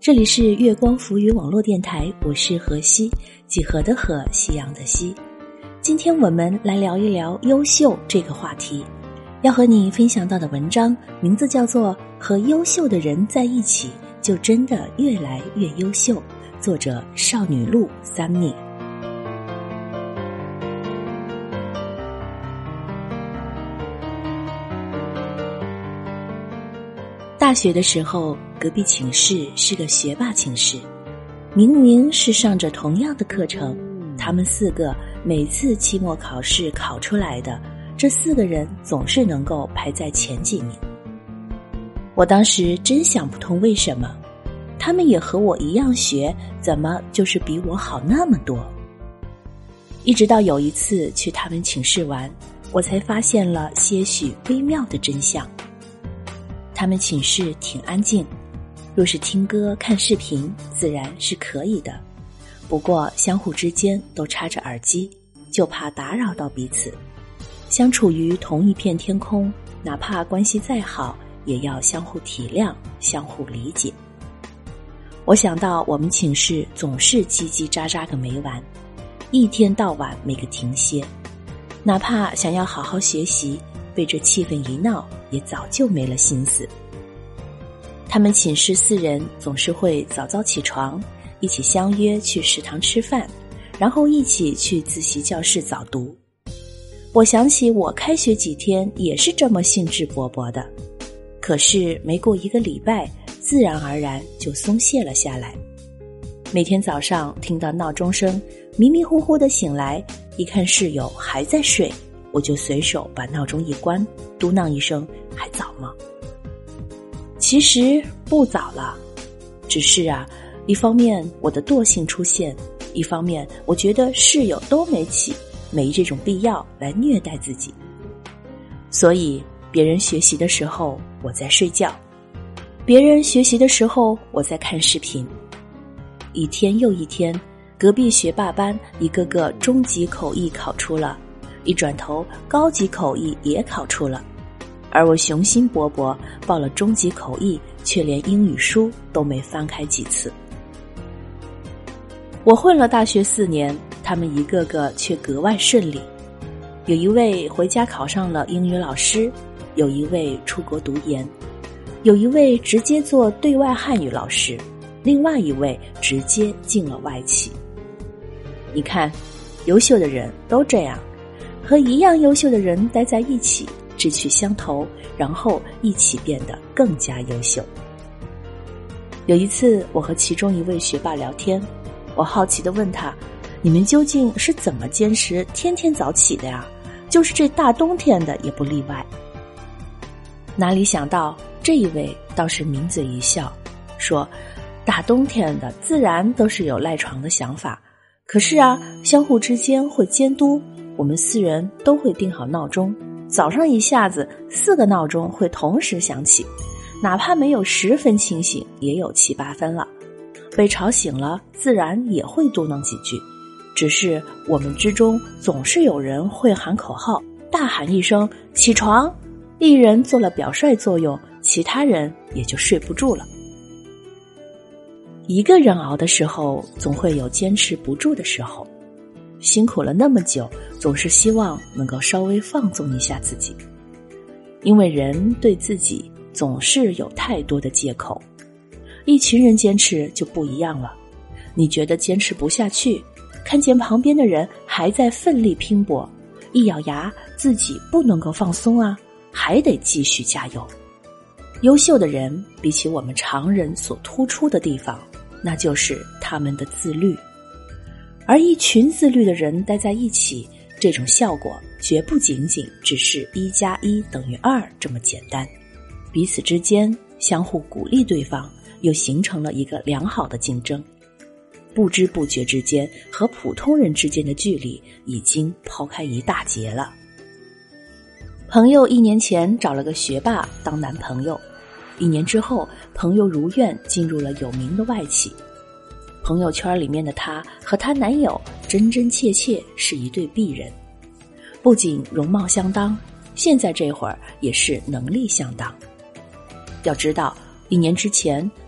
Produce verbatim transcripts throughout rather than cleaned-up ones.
这里是月光浮语网络电台，我是何西，几何的何，夕阳的西。今天我们来聊一聊优秀这个话题。要和你分享到的文章名字叫做《和优秀的人在一起，就真的越来越优秀》，作者少女露 Sunny。大学的时候，隔壁寝室是个学霸寝室，明明是上着同样的课程，他们四个每次期末考试考出来的，这四个人总是能够排在前几名。我当时真想不通为什么，他们也和我一样学，怎么就是比我好那么多？一直到有一次去他们寝室玩，我才发现了些许微妙的真相。他们寝室挺安静，若是听歌看视频自然是可以的，不过相互之间都插着耳机，就怕打扰到彼此。相处于同一片天空，哪怕关系再好，也要相互体谅，相互理解。我想到我们寝室总是叽叽喳喳个没完，一天到晚没个停歇，哪怕想要好好学习，被这气氛一闹，也早就没了心思。他们寝室四人总是会早早起床，一起相约去食堂吃饭，然后一起去自习教室早读。我想起我开学几天也是这么兴致勃勃的，可是没过一个礼拜，自然而然就松懈了下来。每天早上听到闹钟声，迷迷糊糊的醒来，一看室友还在睡，我就随手把闹钟一关，嘟囔一声，还早吗？其实不早了，只是啊，一方面我的惰性出现，一方面我觉得室友都没起，没这种必要来虐待自己。所以别人学习的时候我在睡觉，别人学习的时候我在看视频。一天又一天，隔壁学霸班一个个中级口译考出了，一转头高级口译也考出了，而我雄心勃勃报了中级口译，却连英语书都没翻开几次。我混了大学四年，他们一个个却格外顺利，有一位回家考上了英语老师，有一位出国读研，有一位直接做对外汉语老师，另外一位直接进了外企。你看，优秀的人都这样，和一样优秀的人待在一起，志趣相投，然后一起变得更加优秀。有一次我和其中一位学霸聊天，我好奇地问他，你们究竟是怎么坚持天天早起的呀？就是这大冬天的也不例外。哪里想到这一位倒是抿嘴一笑，说大冬天的自然都是有赖床的想法，可是啊，相互之间会监督，我们四人都会定好闹钟，早上一下子四个闹钟会同时响起，哪怕没有十分清醒，也有七八分了。被吵醒了，自然也会嘟囔几句，只是我们之中总是有人会喊口号，大喊一声起床，一人做了表率作用，其他人也就睡不住了。一个人熬的时候，总会有坚持不住的时候，辛苦了那么久，总是希望能够稍微放纵一下自己，因为人对自己总是有太多的借口。一群人坚持就不一样了，你觉得坚持不下去，看见旁边的人还在奋力拼搏，一咬牙自己不能够放松啊，还得继续加油。优秀的人比起我们常人所突出的地方，那就是他们的自律。而一群自律的人待在一起，这种效果绝不仅仅只是一加一等于二这么简单，彼此之间相互鼓励对方，又形成了一个良好的竞争。不知不觉之间，和普通人之间的距离已经抛开一大截了。朋友一年前找了个学霸当男朋友，一年之后，朋友如愿进入了有名的外企。朋友圈里面的她和她男友真真切切是一对璧人，不仅容貌相当，现在这会儿也是能力相当。要知道，一年之前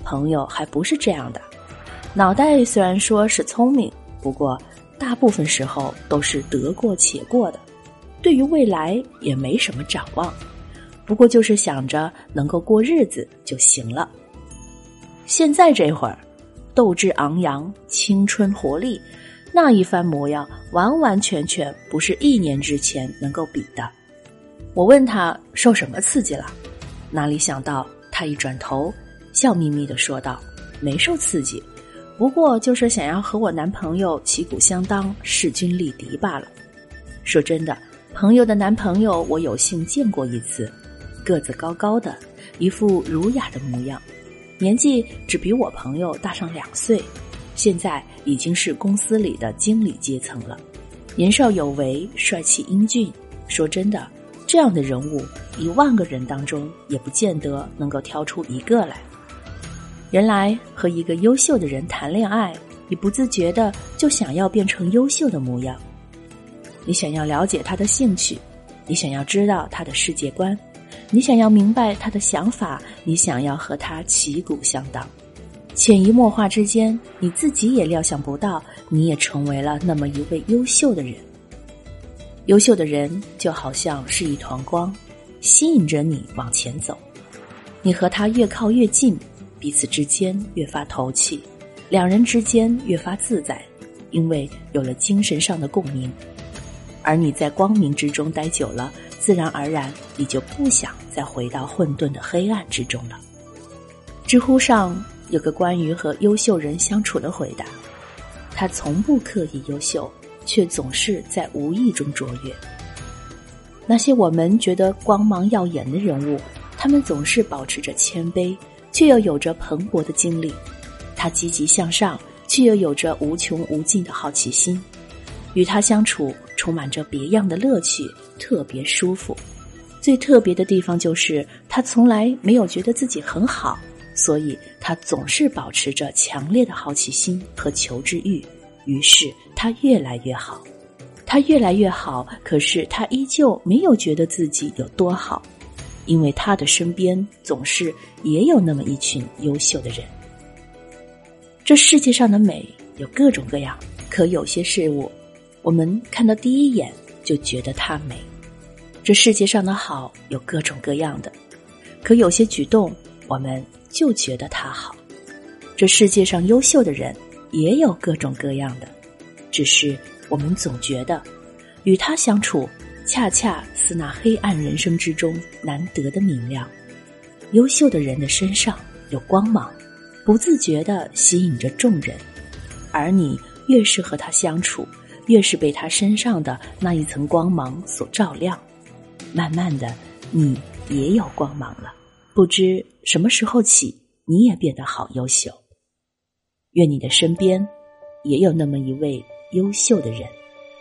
朋友还不是这样的。脑袋虽然说是聪明，不过大部分时候都是得过且过的，对于未来也没什么展望，不过就是想着能够过日子就行了。现在这会儿斗志昂扬，青春活力，那一番模样完完全全不是一年之前能够比的。我问他受什么刺激了，哪里想到他一转头笑眯眯地说道，没受刺激，不过就是想要和我男朋友旗鼓相当，势均力敌罢了。说真的，朋友的男朋友我有幸见过一次，个子高高的，一副儒雅的模样，年纪只比我朋友大上两岁，现在已经是公司里的经理阶层了，年少有为，帅气英俊。说真的，这样的人物一万个人当中也不见得能够挑出一个来。原来和一个优秀的人谈恋爱，你不自觉的就想要变成优秀的模样，你想要了解他的兴趣，你想要知道他的世界观，你想要明白他的想法，你想要和他旗鼓相当。潜移默化之间，你自己也料想不到，你也成为了那么一位优秀的人。优秀的人就好像是一团光，吸引着你往前走。你和他越靠越近，彼此之间越发投契，两人之间越发自在，因为有了精神上的共鸣。而你在光明之中待久了，自然而然你就不想再回到混沌的黑暗之中了。知乎上有个关于和优秀人相处的回答，他从不刻意优秀，却总是在无意中卓越。那些我们觉得光芒耀眼的人物，他们总是保持着谦卑，却又有着蓬勃的精力。他积极向上，却又有着无穷无尽的好奇心。与他相处充满着别样的乐趣，特别舒服。最特别的地方就是他从来没有觉得自己很好，所以他总是保持着强烈的好奇心和求知欲，于是他越来越好。他越来越好，可是他依旧没有觉得自己有多好，因为他的身边总是也有那么一群优秀的人。这世界上的美有各种各样，可有些事物我们看到第一眼就觉得它美。这世界上的好有各种各样的，可有些举动我们就觉得它好。这世界上优秀的人也有各种各样的，只是我们总觉得与他相处恰恰似那黑暗人生之中难得的明亮。优秀的人的身上有光芒，不自觉地吸引着众人，而你越是和他相处，越是被他身上的那一层光芒所照亮，慢慢的你也有光芒了，不知什么时候起你也变得好优秀。愿你的身边也有那么一位优秀的人。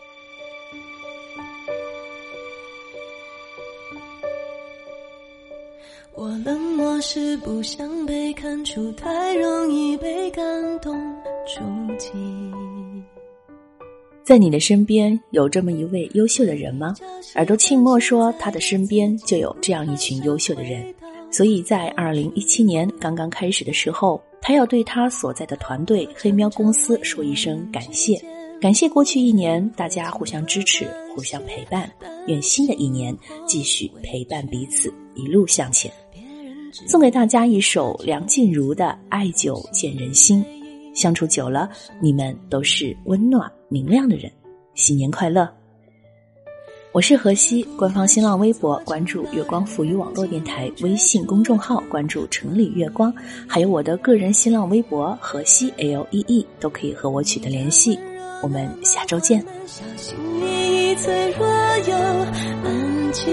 我冷漠是不想被看出，太容易被感动触及。 在你的身边有这么一位优秀的人吗？耳朵庆默说他的身边就有这样一群优秀的人，所以在二零一七年刚刚开始的时候，他要对他所在的团队黑喵公司说一声感谢。感谢过去一年大家互相支持，互相陪伴，愿新的一年继续陪伴彼此，一路向前。送给大家一首梁静茹的《爱久见人心》，相处久了，你们都是温暖明亮的人，新年快乐。我是何西，官方新浪微博关注月光赋予网络电台，微信公众号关注城里月光，还有我的个人新浪微博何西 L E E 都可以和我取得联系。我们下周见。 小心翼翼脆弱又安静，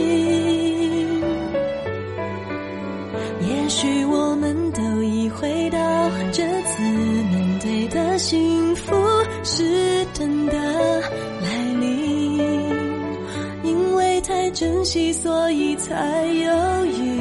也许我们都已回到这次面对的幸福是真的来临，因为太珍惜所以才犹豫，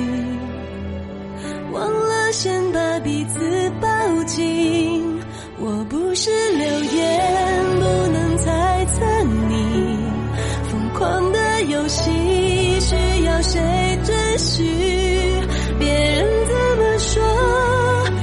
忘了先把彼此抱紧。我不是流言，不能猜测你疯狂的游戏需要谁准许，别人怎么说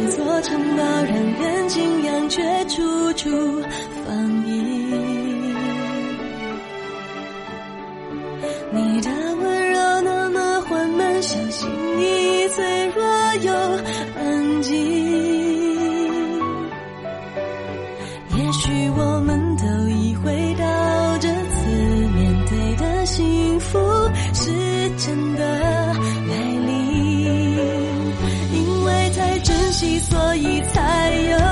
这座城堡让人敬仰，却处处防疫。你的温柔那么缓慢，像心已脆弱又安静。也许我们都已回到这次面对的幸福是真的来临，因为太珍惜，所以才有